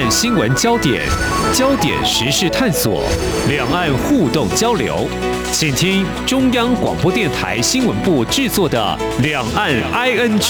岸新闻焦点，焦点时事探索，两岸互动交流。请听中央广播电台新闻部制作的《两岸 ING》。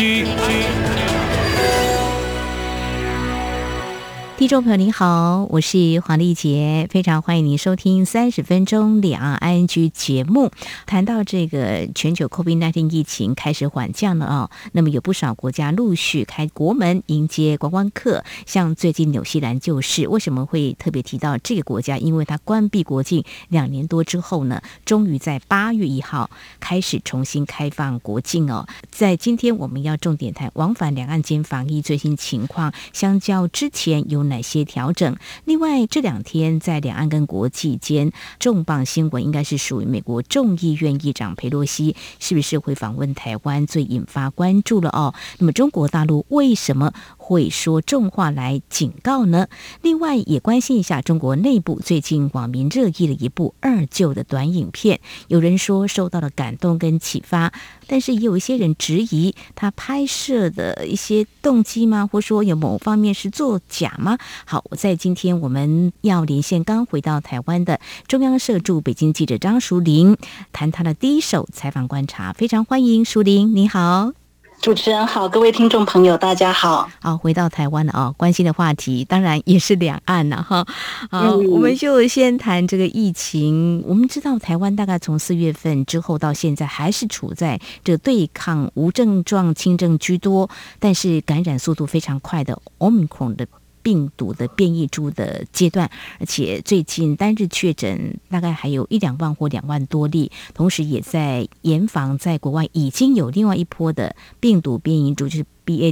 听众朋友您好，我是黄丽杰，非常欢迎您收听30分钟两岸 ING 节目。谈到这个全球 COVID-19 疫情开始缓降了那么有不少国家陆续开国门迎接观光客，像最近纽西兰就是。为什么会特别提到这个国家？因为它关闭国境2年多之后呢，终于在8月1号开始重新开放国境在今天我们要重点谈往返两岸间防疫最新情况，相较之前有哪些调整？另外这2天在两岸跟国际间重磅新闻，应该是属于美国众议院议长裴洛西是不是会访问台湾，最引发关注了那么中国大陆为什么会说重话来警告呢？另外也关心一下中国内部最近网民热议的一部二舅的短影片，有人说受到了感动跟启发，但是也有一些人质疑他拍摄的一些动机吗？或说有某方面是作假吗？好，在今天我们要连线刚回到台湾的中央社驻北京记者张淑玲，谈他的第一手采访观察。非常欢迎淑玲，你好。 主持人好，各位听众朋友大家好。 好，回到台湾了关心的话题当然也是两岸了好，我们就先谈这个疫情。我们知道台湾大概从4月份之后到现在还是处在这对抗无症状轻症居多，但是感染速度非常快的 Omicron 的病毒的变异株的阶段，而且最近单日确诊大概还有1-2万或2万多例，同时也在严防在国外已经有另外一波的病毒变异株，就是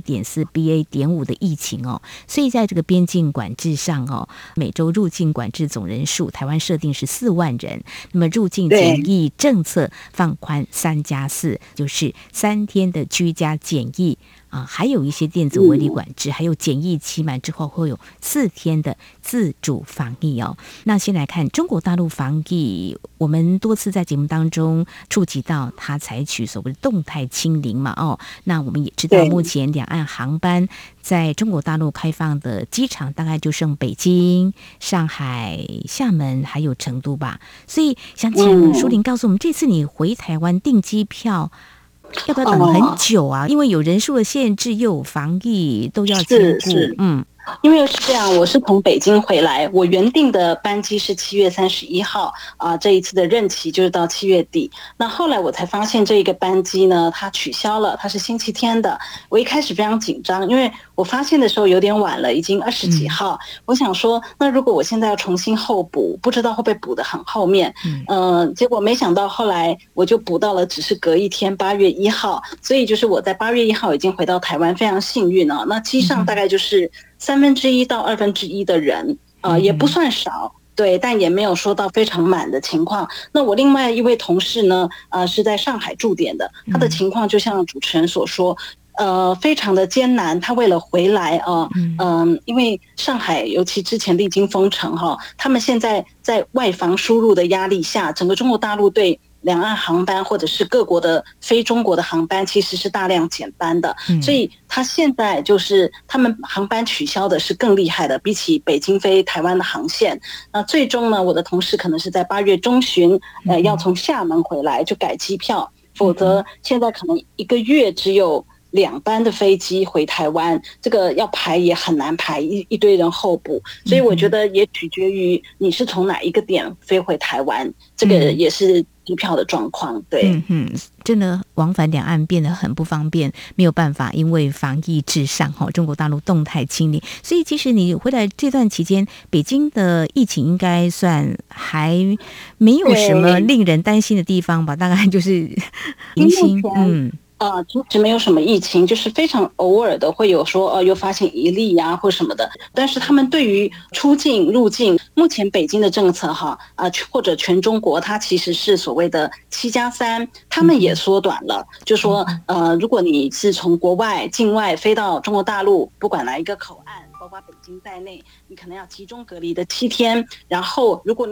BA.4、BA.5 的疫情所以在这个边境管制上每周入境管制总人数台湾设定是4万人，那么入境检疫政策放宽3+4，就是3天的居家检疫还有一些电子围篱管制，还有检疫期满之后会有4天的自主防疫那先来看中国大陆防疫，我们多次在节目当中触及到它采取所谓的动态清零嘛那我们也知道目前两岸航班在中国大陆开放的机场大概就剩北京、上海、厦门还有成都吧，所以想请淑玲告诉我们，这次你回台湾订机票要不要等很久啊？因为有人数的限制，又有防疫，都要兼顾。 因为是这样，我是从北京回来，我原定的班机是7月31号这一次的任期就是到7月底。那后来我才发现这一个班机呢，它取消了，它是星期天的。我一开始非常紧张，因为我发现的时候有点晚了，已经20几号。我想说，那如果我现在要重新候补，不知道会不会补得很后面。结果没想到后来我就补到了，只是隔一天8月1号，所以就是我在8月1号已经回到台湾，非常幸运那机上大概就是1/3到1/2的人也不算少，对，但也没有说到非常满的情况。那我另外一位同事呢是在上海驻点的，他的情况就像主持人所说非常的艰难。他为了回来因为上海尤其之前历经封城他们现在在外防输入的压力下，整个中国大陆对两岸航班或者是各国的非中国的航班其实是大量减班的，所以他现在就是他们航班取消的是更厉害的，比起北京飞台湾的航线。那最终呢，我的同事可能是在8月中旬要从厦门回来就改机票，否则现在可能1个月只有2班的飞机回台湾，这个要排也很难排，一堆人候补，所以我觉得也取决于你是从哪一个点飞回台湾，这个也是机票的状况。对， 真的往返两岸变得很不方便，没有办法，因为防疫至上中国大陆动态清零，所以其实你回来这段期间，北京的疫情应该算还没有什么令人担心的地方吧？大概就是零星， 其实没有什么疫情，就是非常偶尔的会有说又发现1例或什么的。但是他们对于出境入境，目前北京的政策或者全中国，它其实是所谓的7+3，他们也缩短了，就说如果你是从国外境外飞到中国大陆，不管哪一个口岸，包括北京在内，你可能要集中隔离的7天，然后如果你有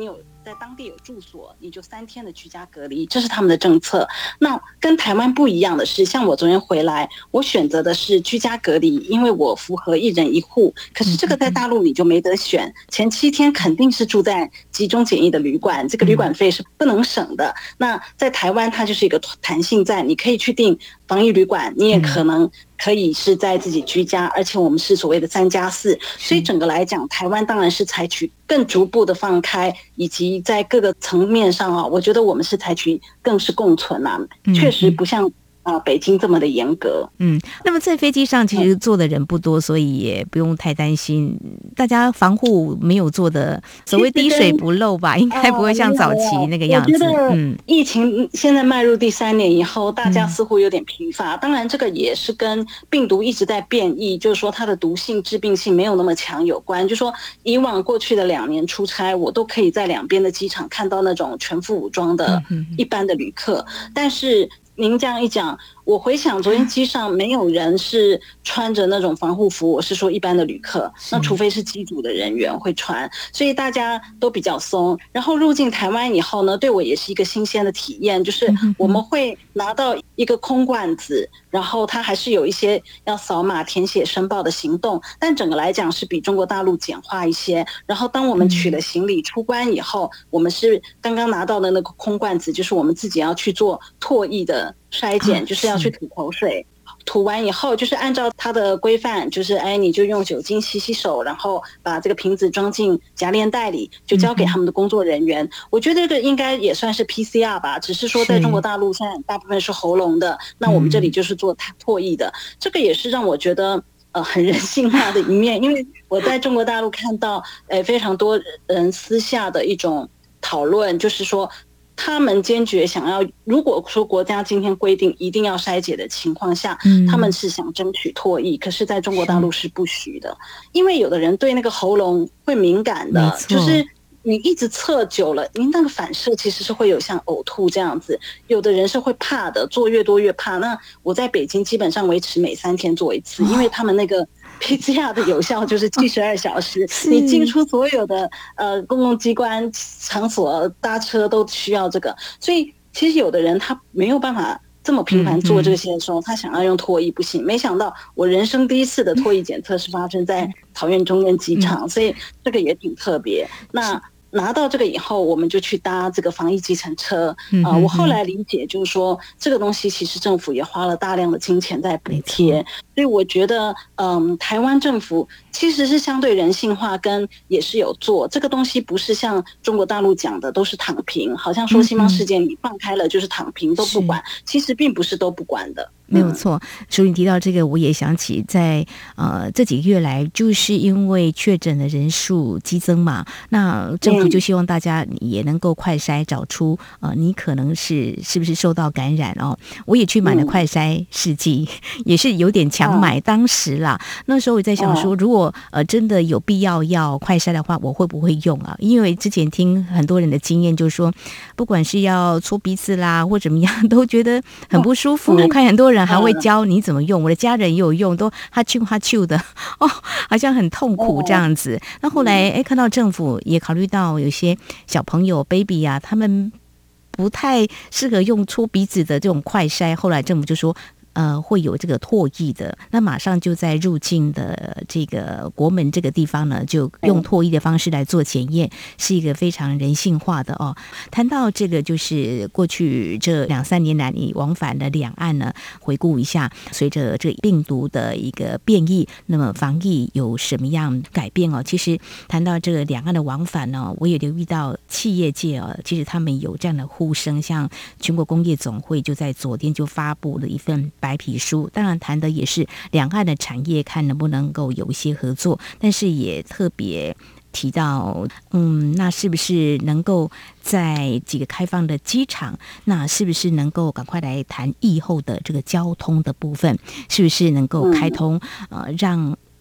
在当地有住所，你就3天的居家隔离，这是他们的政策。那跟台湾不一样的是，像我昨天回来，我选择的是居家隔离，因为我符合1人1户。可是这个在大陆你就没得选，前7天肯定是住在集中检疫的旅馆，这个旅馆费是不能省的。那在台湾它就是一个弹性在，你可以去订防疫旅馆，你也可能可以是在自己居家，而且我们是所谓的3+4，所以整个来讲，台湾当然是采取更逐步的放开，以及在各个层面上啊，我觉得我们是采取更是共存啊，确实不像北京这么的严格。 那么在飞机上其实坐的人不多，所以也不用太担心。大家防护没有做的所谓滴水不漏吧，应该不会像早期那个样子。 我觉得疫情现在迈入第3年以后，大家似乎有点疲乏。当然，这个也是跟病毒一直在变异，就是说它的毒性、致病性没有那么强有关。就是说以往过去的2年出差，我都可以在两边的机场看到那种全副武装的一般的旅客，但是您这样一讲，我回想昨天机上没有人是穿着那种防护服，我是说一般的旅客，那除非是机组的人员会穿，所以大家都比较松。然后入境台湾以后呢，对我也是一个新鲜的体验，就是我们会拿到一个空罐子，然后它还是有一些要扫码填写申报的行动，但整个来讲是比中国大陆简化一些。然后当我们取了行李出关以后，我们是刚刚拿到的那个空罐子，就是我们自己要去做唾液的筛检，就是要去吐口水，吐完以后就是按照它的规范，就是你就用酒精洗洗手，然后把这个瓶子装进夹链袋里，就交给他们的工作人员。我觉得这个应该也算是 PCR 吧，只是说在中国大陆现在大部分是喉咙的，那我们这里就是做唾液的，这个也是让我觉得很人性化的一面。因为我在中国大陆看到非常多人私下的一种讨论，就是说他们坚决想要，如果说国家今天规定一定要筛检的情况下，他们是想争取唾液，可是在中国大陆是不许的，因为有的人对那个喉咙会敏感的，就是你一直测久了，你那个反射其实是会有像呕吐这样子，有的人是会怕的，做越多越怕。那我在北京基本上维持每3天做一次，因为他们那个PCR 的有效就是72小时，你进出所有的公共机关场所搭车都需要这个，所以其实有的人他没有办法这么频繁做这些的时候，他想要用唾液不行。没想到我人生第一次的唾液检测是发生在桃园中央机场，所以这个也挺特别。那拿到这个以后，我们就去搭这个防疫计程车。我后来理解就是说，这个东西其实政府也花了大量的金钱在补贴，所以我觉得，台湾政府其实是相对人性化，跟也是有做这个东西，不是像中国大陆讲的都是躺平，好像说西方世界你放开了就是躺平都不管，其实并不是都不管的。 没有错，淑玲提到这个，我也想起在这几个月来，就是因为确诊的人数激增嘛，那政府就希望大家也能够快筛找出你可能是不是受到感染哦。我也去买了快筛试剂，也是有点强买，当时啦，那时候我在想说，如果真的有必要快筛的话，我会不会用啊？因为之前听很多人的经验，就是说，不管是要搓鼻子啦或怎么样，都觉得很不舒服。我看很多人还会教你怎么用，我的家人也有用，都哈啾的好像很痛苦这样子。那后来看到政府也考虑到有些小朋友 baby 啊，他们不太适合用搓鼻子的这种快筛，后来政府就说会有这个唾液的，那马上就在入境的这个国门这个地方呢，就用唾液的方式来做检验，是一个非常人性化的哦。谈到这个，就是过去这2-3年来你往返的两岸呢，回顾一下，随着这病毒的一个变异，那么防疫有什么样改变哦？其实谈到这个两岸的往返呢，我也留意到企业界其实他们有这样的呼声，像全国工业总会就在昨天就发布了一份白皮书，当然谈的也是两岸的产业，看能不能够有一些合作，但是也特别提到，那是不是能够在几个开放的机场，那是不是能够赶快来谈疫后的这个交通的部分，是不是能够开通，让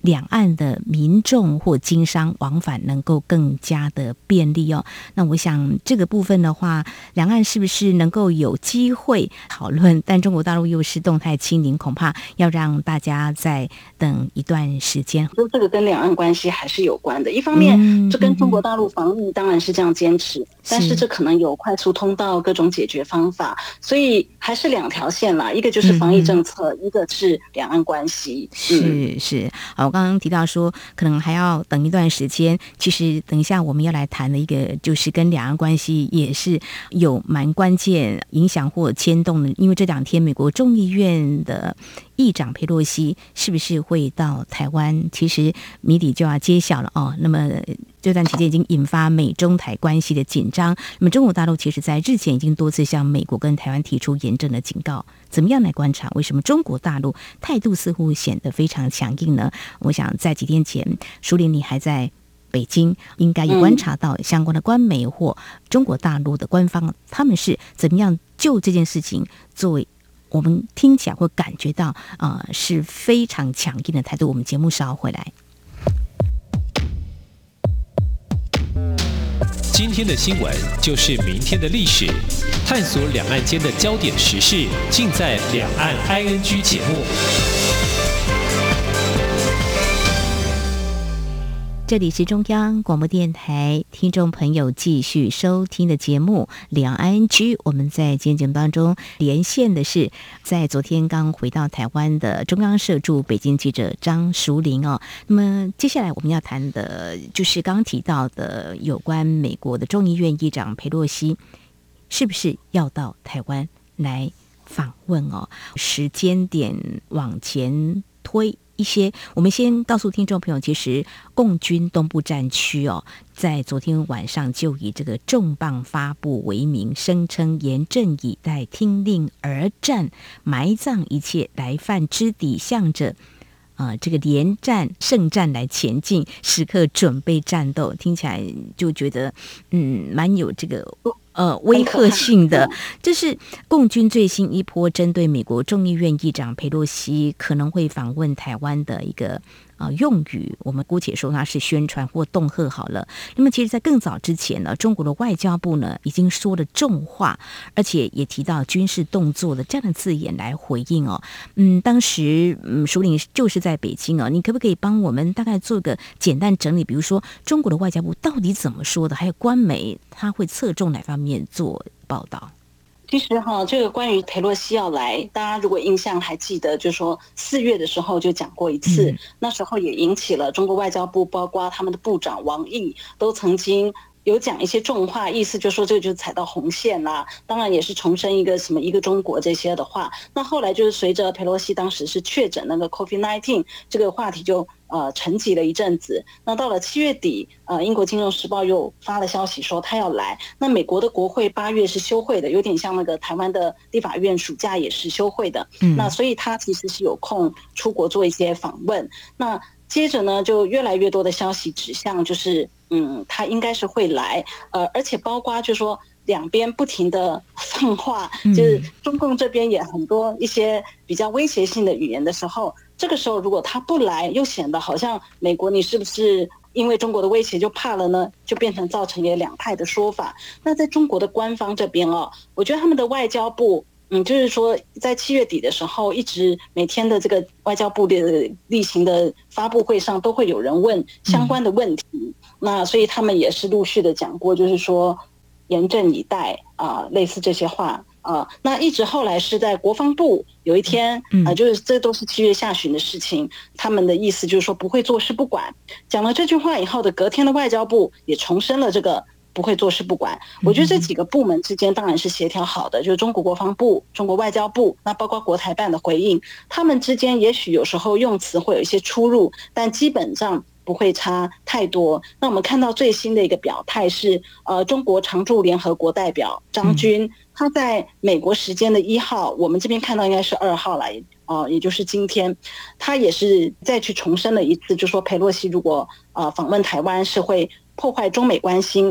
两岸的民众或经商往返能够更加的便利哦。那我想这个部分的话，两岸是不是能够有机会讨论？但中国大陆又是动态清零，恐怕要让大家再等一段时间。 就这个跟两岸关系还是有关的。一方面，这跟中国大陆防疫当然是这样坚持，但是这可能有快速通道、各种解决方法，所以还是两条线啦。一个就是防疫政策，一个是两岸关系。 是。好，我刚刚提到说，可能还要等一段时间。其实等一下我们要来谈的一个，就是跟两岸关系也是有蛮关键影响或牵动的。因为这2天美国众议院的议长佩洛西是不是会到台湾，其实谜底就要揭晓了哦。那么这段期间已经引发美中台关系的紧张。那么中国大陆其实在日前已经多次向美国跟台湾提出严正的警告。怎么样来观察为什么中国大陆态度似乎显得非常强硬呢？我想在几天前，淑玲你还在北京，应该也观察到相关的官媒或中国大陆的官方，他们是怎么样就这件事情作为我们听起来会感觉到是非常强硬的态度。我们节目稍后回来。 今天的新闻就是明天的历史，探索两岸间的焦点时事，尽在《两岸 ING》节目。 这里是中央广播电台听众朋友继续收听的节目《两岸 ING》。我们在今天节目当中连线的是在昨天刚回到台湾的中央社驻北京记者张淑玲哦。那么接下来我们要谈的就是刚刚提到的有关美国的众议院议长佩洛西是不是要到台湾来访问哦？时间点往前推一些，我们先告诉听众朋友，其实共军东部战区在昨天晚上就以这个重磅发布为名，声称严阵以待，听令而战，埋葬一切来犯之敌，向着这个连战胜战来前进，时刻准备战斗。听起来就觉得蛮有这个威吓性的。这是共军最新一波针对美国众议院议长佩洛西可能会访问台湾的一个用语，我们姑且说它是宣传或恫吓好了。那么其实在更早之前呢，中国的外交部呢已经说了重话，而且也提到军事动作的这样的字眼来回应哦。当时淑玲就是在北京你可不可以帮我们大概做个简单整理，比如说中国的外交部到底怎么说的，还有官媒他会侧重哪方面做报道？ 其实这个关于佩洛西要来，大家如果印象还记得，就是说4月的时候就讲过一次，那时候也引起了中国外交部，包括他们的部长王毅都曾经有讲一些重话，意思就是说这个就是踩到红线啦，当然也是重申一个什么一个中国这些的话。那后来就是随着佩洛西当时是确诊那个 COVID-19， 这个话题就沉寂了一阵子。那到了7月底，英国金融时报又发了消息说他要来。那美国的国会8月是休会的，有点像那个台湾的立法院暑假也是休会的。那所以他其实是有空出国做一些访问。那接着呢，就越来越多的消息指向就是他应该是会来，而且包括就是说两边不停的放话，就是中共这边也很多一些比较威胁性的语言的时候，这个时候如果他不来，又显得好像美国你是不是因为中国的威胁就怕了呢？就变成造成也两派的说法。那在中国的官方这边我觉得他们的外交部就是说在7月底的时候，一直每天的这个外交部的例行的发布会上都会有人问相关的问题，那所以他们也是陆续的讲过，就是说严阵以待类似这些话那一直后来是在国防部有一天就是这都是7月下旬的事情，他们的意思就是说不会坐视不管。讲了这句话以后的隔天的外交部也重申了这个不会坐视不管。我觉得这几个部门之间当然是协调好的，就是中国国防部、中国外交部，那包括国台办的回应，他们之间也许有时候用词会有一些出入，但基本上不会差太多。那我们看到最新的一个表态是中国常驻联合国代表张军，他在美国时间的1号，我们这边看到应该是2号来也就是今天，他也是再去重申了一次，就说佩洛西如果访问台湾是会破坏中美关系，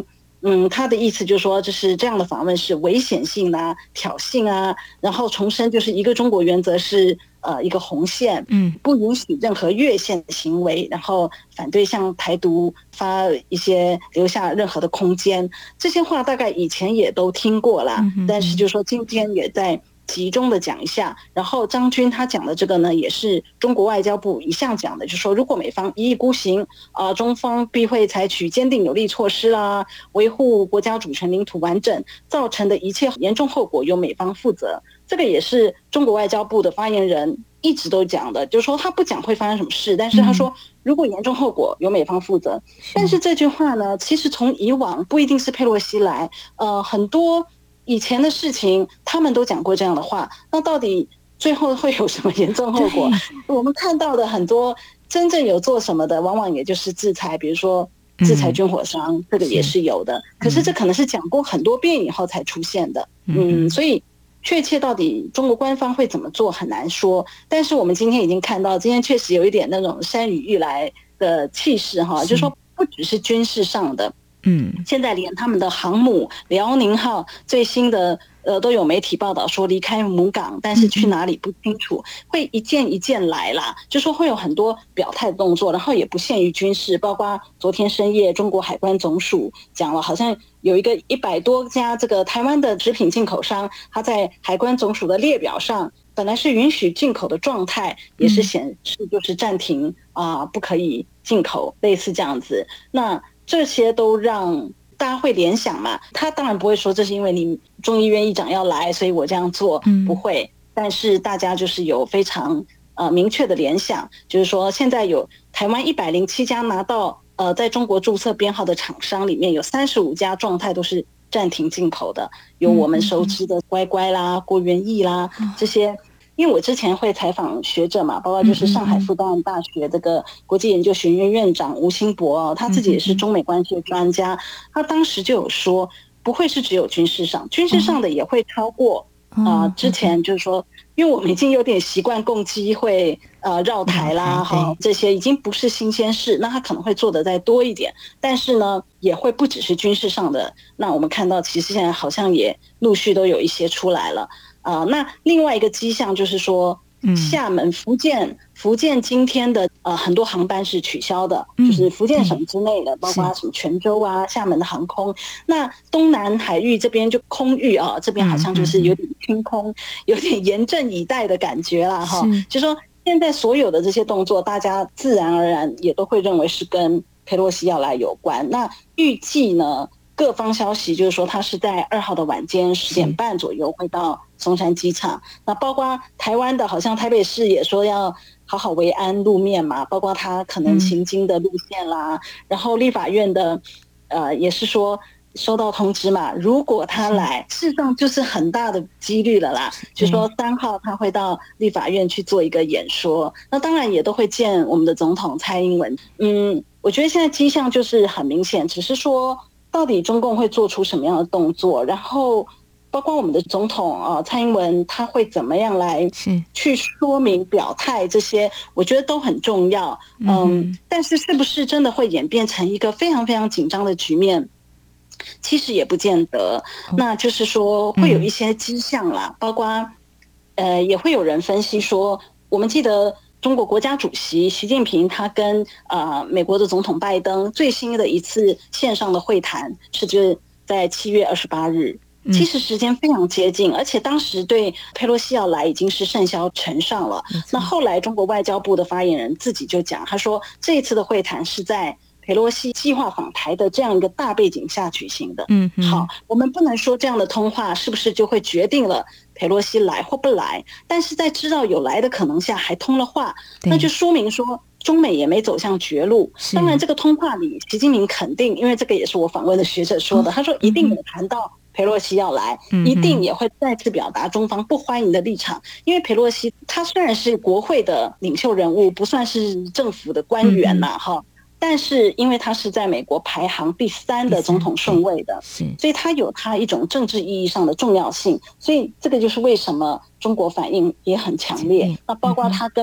他的意思就是说，就是这样的访问是危险性啊、挑衅啊，然后重申就是一个中国原则是一个红线，不允许任何越线的行为，然后反对向台独发一些留下任何的空间。这些话大概以前也都听过啦，但是就是说今天也在集中的讲一下。然后张军他讲的这个呢，也是中国外交部一向讲的，就是说如果美方一意孤行中方必会采取坚定有力措施啦，维护国家主权领土完整，造成的一切严重后果由美方负责。这个也是中国外交部的发言人一直都讲的，就是说他不讲会发生什么事，但是他说如果严重后果由美方负责。但是这句话呢，其实从以往不一定是佩洛西来，很多以前的事情他们都讲过这样的话，那到底最后会有什么严重后果？我们看到的很多真正有做什么的，往往也就是制裁，比如说制裁军火商，这个也是有的。可是这可能是讲过很多遍以后才出现的，所以确切到底中国官方会怎么做很难说。但是我们今天已经看到，今天确实有一点那种山雨欲来的气势哈，就是说不只是军事上的。现在连他们的航母辽宁号最新的都有媒体报道说离开母港，但是去哪里不清楚，会一件一件来啦，就说会有很多表态的动作，然后也不限于军事，包括昨天深夜中国海关总署讲了，好像有一个100多家这个台湾的食品进口商，他在海关总署的列表上本来是允许进口的状态，也是显示就是暂停不可以进口，类似这样子。那这些都让大家会联想嘛，他当然不会说这是因为你众议院议长要来所以我这样做，不会，但是大家就是有非常明确的联想，就是说现在有台湾107家拿到在中国注册编号的厂商里面，有35家状态都是暂停进口的，有我们熟知的乖乖啦、郭元益啦这些。因为我之前会采访学者嘛，包括就是上海复旦大学这个国际研究学院院长吴兴博他自己也是中美关系的专家，他当时就有说，不会是只有军事上的也会超过之前就是说，因为我们已经有点习惯共机会绕台啦这些已经不是新鲜事，那他可能会做得再多一点，但是呢也会不只是军事上的。那我们看到其实现在好像也陆续都有一些出来了。那另外一个迹象就是说，厦门、福建今天的很多航班是取消的，就是福建省之内的，包括什么泉州啊、厦门的航空。那东南海域这边就空域这边好像就是有点清空，有点严阵以待的感觉啦哈。就说现在所有的这些动作，大家自然而然也都会认为是跟佩洛西要来有关。那预计呢？各方消息就是说，他是在2号的晚间10点半左右会到松山机场。那包括台湾的，好像台北市也说要好好维安路面嘛，包括他可能行经的路线啦。然后立法院的也是说收到通知嘛，如果他来，事实上就是很大的几率了啦。就说3号他会到立法院去做一个演说，那当然也都会见我们的总统蔡英文。我觉得现在迹象就是很明显，只是说到底中共会做出什么样的动作，然后包括我们的总统蔡英文他会怎么样来去说明表态，这些我觉得都很重要。但是是不是真的会演变成一个非常非常紧张的局面，其实也不见得。那就是说会有一些迹象啦，包括也会有人分析说，我们记得中国国家主席习近平他跟美国的总统拜登最新的一次线上的会谈是就是在7月28日，其实时间非常接近，而且当时对佩洛西要来已经是甚嚣尘上了。那后来中国外交部的发言人自己就讲，他说这一次的会谈是在佩洛西计划访台的这样一个大背景下举行的。好，我们不能说这样的通话是不是就会决定了佩洛西来或不来，但是在知道有来的可能下还通了话，那就说明说中美也没走向绝路。当然这个通话里习近平肯定，因为这个也是我访问的学者说的，他说一定有谈到佩洛西要来，一定也会再次表达中方不欢迎的立场。因为佩洛西他虽然是国会的领袖人物，不算是政府的官员但是因为他是在美国排行第3的总统顺位的，所以他有他一种政治意义上的重要性，所以这个就是为什么中国反应也很强烈。那包括他跟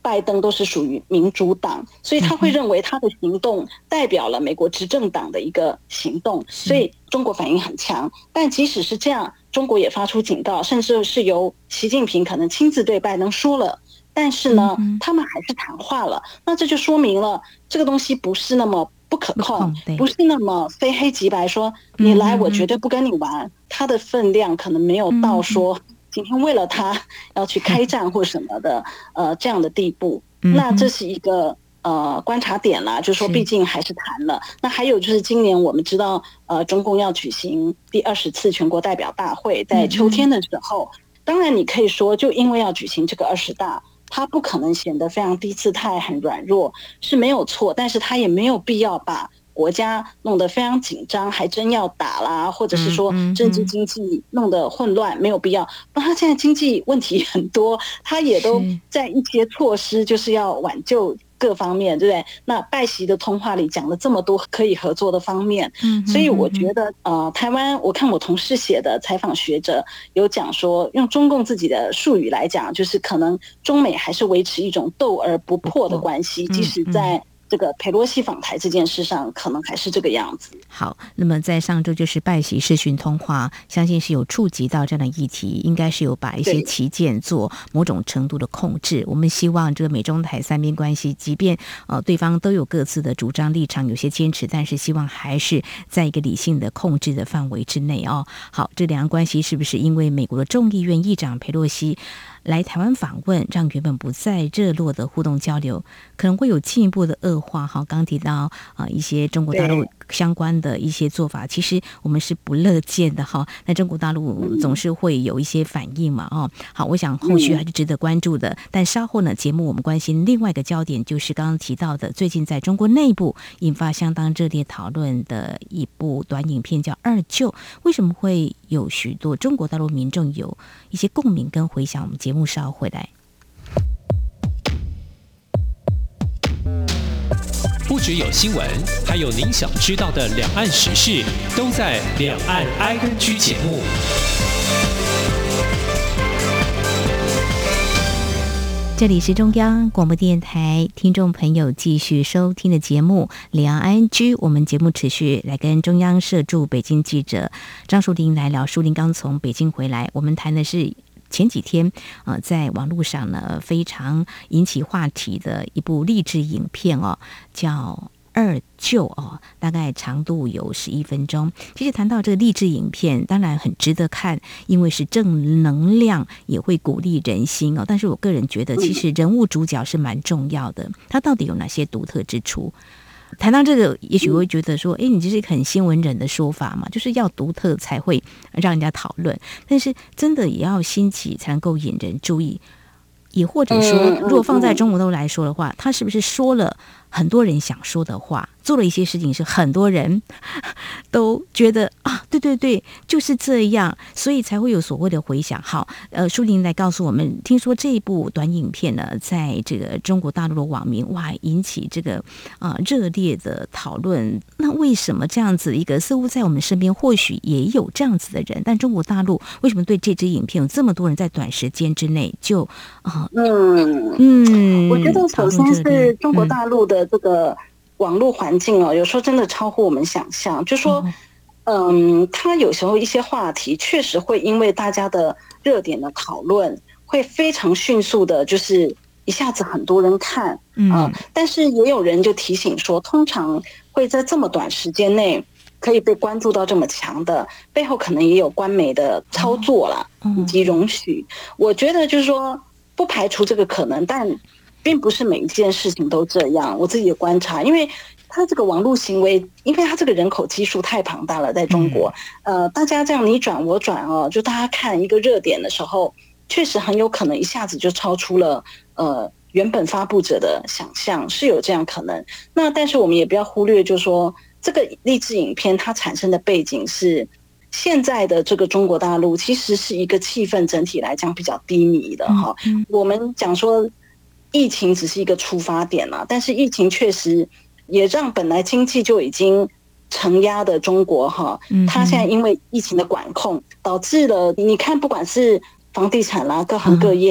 拜登都是属于民主党，所以他会认为他的行动代表了美国执政党的一个行动，所以中国反应很强。但即使是这样，中国也发出警告，甚至是由习近平可能亲自对拜登说了，但是呢，他们还是谈话了。那这就说明了这个东西不是那么不可控，不是那么非黑即白，说你来我绝对不跟你玩，它的分量可能没有到说今天为了他要去开战或什么的这样的地步。那这是一个观察点啦，就是说毕竟还是谈了。那还有就是今年我们知道中共要举行第20次全国代表大会，在秋天的时候，当然你可以说就因为要举行这个20大，他不可能显得非常低姿态很软弱是没有错，但是他也没有必要把国家弄得非常紧张，还真要打啦，或者是说政治经济弄得混乱，没有必要。那他现在经济问题很多，他也都在一些措施就是要挽救各方面，对不对？那拜习的通话里讲了这么多可以合作的方面，所以我觉得台湾，我看我同事写的采访学者有讲说，用中共自己的术语来讲，就是可能中美还是维持一种斗而不破的关系，即使在这个裴洛西访台这件事上可能还是这个样子。 好，那么在上周就是拜习视讯通话，相信是有触及到这样的议题，应该是有把一些旗舰做某种程度的控制。我们希望这个美中台三边关系，即便对方都有各自的主张立场，有些坚持，但是希望还是在一个理性的控制的范围之内哦。好，这两岸关系是不是因为美国的众议院议长裴洛西来台湾访问，让原本不再热络的互动交流可能会有进一步的恶化？好，刚提到一些中国大陆相关的一些做法，其实我们是不乐见的哈。那中国大陆总是会有一些反应嘛，哦，好，我想后续还是值得关注的。但稍后呢，节目我们关心另外一个焦点，就是刚刚提到的，最近在中国内部引发相当热烈讨论的一部短影片，叫《二舅》。为什么会有许多中国大陆民众有一些共鸣跟回响？我们节目稍后回来。 不只有新闻，还有您想知道的两岸时事，都在《两岸 ING》节目。 这里是中央广播电台，听众朋友继续收听的节目《两岸 ING》。我们节目持续来跟中央社驻北京记者张树林来聊。树林刚从北京回来，我们谈的是前几天在网络上呢非常引起话题的一部励志影片哦，叫二舅哦，大概长度有11分钟。其实谈到这个励志影片，当然很值得看，因为是正能量，也会鼓励人心哦。但是我个人觉得，其实人物主角是蛮重要的，他到底有哪些独特之处？谈到这个，也许会觉得说，你这是一个很新闻人的说法嘛，就是要独特才会让人家讨论，但是真的也要新奇才能够引人注意。也或者说，如果放在中国大陆来说的话，他是不是说了很多人想说的话，做了一些事情是很多人都觉得啊，对对对，就是这样，所以才会有所谓的回响。好，舒婷来告诉我们，听说这一部短影片呢，在这个中国大陆的网民哇引起这个热烈的讨论。那为什么这样子一个似乎在我们身边或许也有这样子的人，但中国大陆为什么对这支影片有这么多人在短时间之内就我觉得首先是中国大陆的这个网络环境哦，有时候真的超乎我们想象。就说，它有时候一些话题确实会因为大家的热点的讨论，会非常迅速的，就是一下子很多人看但是也有人就提醒说，通常会在这么短时间内可以被关注到这么强的，背后可能也有官媒的操作啦，以及容许。我觉得就是说，不排除这个可能，但并不是每一件事情都这样。我自己的观察，因为他这个网络行为，因为他这个人口基数太庞大了，在中国，大家这样你转我转哦，就大家看一个热点的时候，确实很有可能一下子就超出了原本发布者的想象，是有这样可能。那但是我们也不要忽略，就是说这个励志影片它产生的背景是现在的这个中国大陆其实是一个气氛整体来讲比较低迷的哈。我们讲说疫情只是一个出发点啦，但是疫情确实也让本来经济就已经承压的中国哈，它现在因为疫情的管控，导致了你看不管是房地产啦，各行各业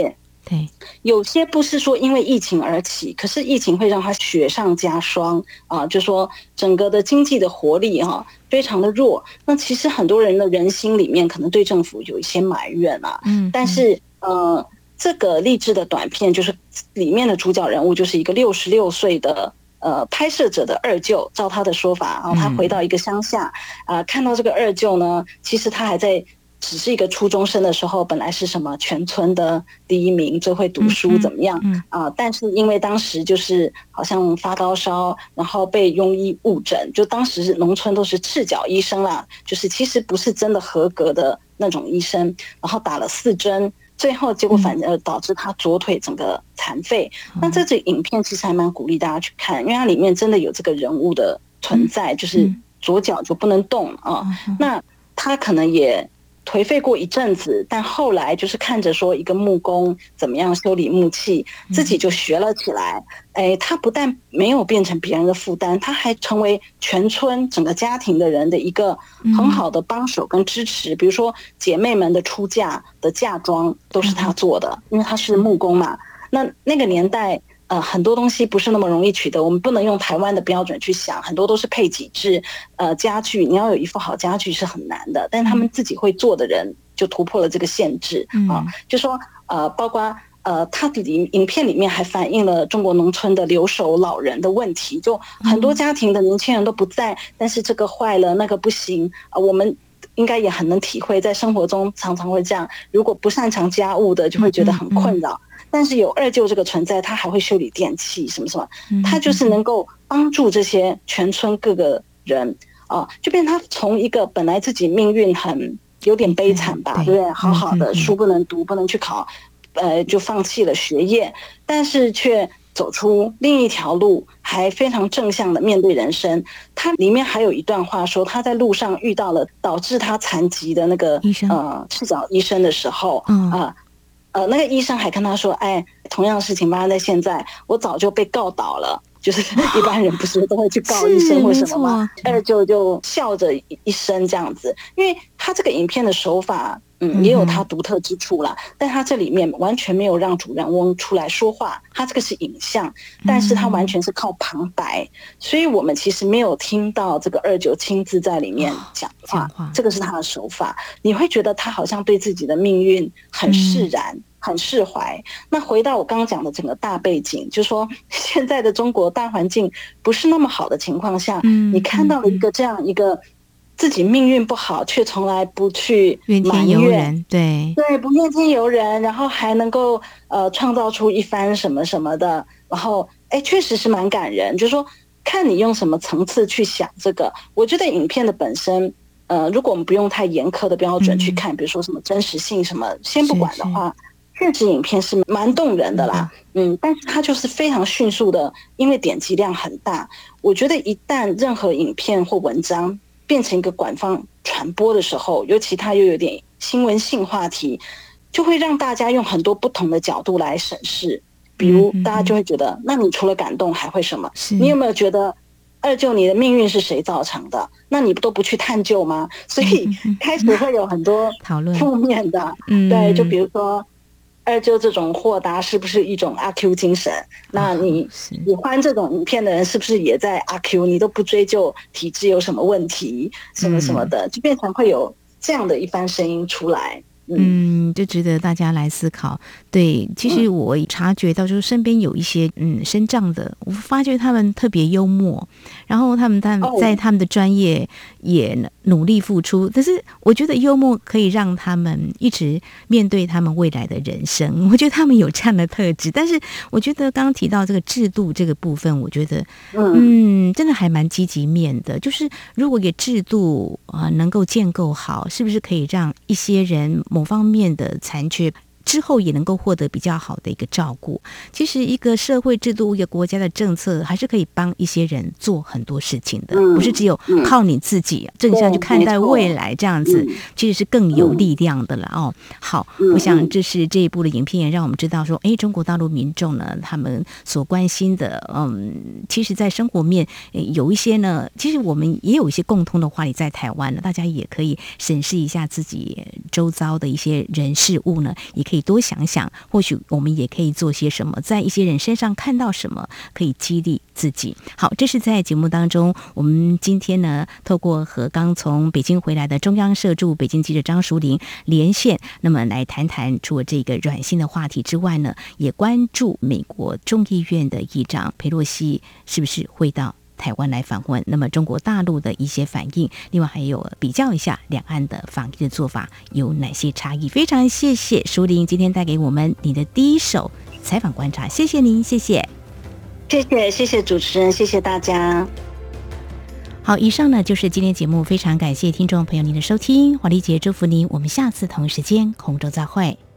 对， 有些不是说因为疫情而起，可是疫情会让它雪上加霜啊，就说整个的经济的活力非常的弱。那其实很多人的人心里面可能对政府有一些埋怨啊，但是这个励志的短片就是里面的主角人物就是一个66岁的拍摄者的二舅，照他的说法，然后他回到一个乡下看到这个二舅呢，其实他还在只是一个初中生的时候，本来是什么全村的第一名，最会读书怎么样但是因为当时就是好像发高烧，然后被庸医误诊，就当时农村都是赤脚医生啦，就是其实不是真的合格的那种医生，然后打了4针，最后结果反而导致他左腿整个残废。那这支影片其实还蛮鼓励大家去看，因为它里面真的有这个人物的存在，就是左脚就不能动那他可能也颓废过一阵子，但后来就是看着说一个木工怎么样修理木器，自己就学了起来。他不但没有变成别人的负担，他还成为全村整个家庭的人的一个很好的帮手跟支持。比如说姐妹们的出嫁的嫁妆都是他做的，因为他是木工嘛。那个年代很多东西不是那么容易取得，我们不能用台湾的标准去想，很多都是配给制家具，你要有一副好家具是很难的，但他们自己会做的人就突破了这个限制就说包括他的影片里面还反映了中国农村的留守老人的问题，就很多家庭的年轻人都不在，但是这个坏了那个不行我们应该也很能体会，在生活中常常会这样，如果不擅长家务的就会觉得很困扰但是有二舅这个存在，他还会修理电器什么什么，他就是能够帮助这些全村各个人就变成他从一个本来自己命运很有点悲惨吧，对不对？好好的书不能读，不能去考就放弃了学业，但是却走出另一条路，还非常正向的面对人生。他里面还有一段话说，他在路上遇到了导致他残疾的那个赤脚医生的时候那个医生还跟他说同样的事情发生在现在，我早就被告倒了，就是一般人不是都会去告医生或什么吗？二舅就笑着一声这样子，因为他这个影片的手法也有他独特之处啦，但他这里面完全没有让主人翁出来说话，他这个是影像，但是他完全是靠旁白，所以我们其实没有听到这个二舅亲自在里面讲话，这个是他的手法，你会觉得他好像对自己的命运很释然很释怀。那回到我刚刚讲的整个大背景，就是说现在的中国大环境不是那么好的情况下你看到了一个这样一个自己命运不好却从来不去埋怨，对，不怨天尤人，然后还能够创造出一番什么什么的，然后确实是蛮感人。就是说看你用什么层次去想这个，我觉得影片的本身如果我们不用太严苛的标准去看，比如说什么真实性什么先不管的话，确实影片是蛮动人的啦但是它就是非常迅速的，因为点击量很大，我觉得一旦任何影片或文章变成一个官方传播的时候，尤其它又有点新闻性话题，就会让大家用很多不同的角度来审视。比如大家就会觉得那你除了感动还会什么？你有没有觉得二舅你的命运是谁造成的？那你都不去探究吗？所以开始会有很多讨论负面的对，就比如说二舅这种豁达是不是一种阿 Q 精神？那你喜欢这种影片的人是不是也在阿 Q？ 你都不追究体制有什么问题什么什么的，就变成会有这样的一番声音出来。 就值得大家来思考。对，其实我察觉到，就是身边有一些身障的，我发觉他们特别幽默，然后他们在他们的专业也努力付出，但是我觉得幽默可以让他们一直面对他们未来的人生，我觉得他们有这样的特质。但是我觉得刚刚提到这个制度这个部分，我觉得真的还蛮积极面的，就是如果给制度能够建构好，是不是可以让一些人某方面的残缺之后也能够获得比较好的一个照顾。其实一个社会制度，一个国家的政策还是可以帮一些人做很多事情的，不是只有靠你自己正向去看待未来，这样子其实是更有力量的了好，我想这是这一部的影片也让我们知道说，中国大陆民众呢，他们所关心的其实在生活面有一些呢，其实我们也有一些共通的话题在台湾呢，大家也可以审视一下自己周遭的一些人事物呢，也可以可以多想想，或许我们也可以做些什么，在一些人身上看到什么，可以激励自己。好，这是在节目当中，我们今天呢，透过和刚从北京回来的中央社驻北京记者张淑玲连线，那么来谈谈除了这个软性的话题之外呢，也关注美国众议院的议长裴洛西是不是会到台湾来访问，那么中国大陆的一些反应，另外还有比较一下两岸的防疫的做法有哪些差异。非常谢谢淑玲今天带给我们你的第一手采访观察，谢谢您，谢谢主持人，谢谢大家。 好，以上呢就是今天节目，非常感谢听众朋友您的收听，华丽姐祝福您，我们下次同一时间空中再会。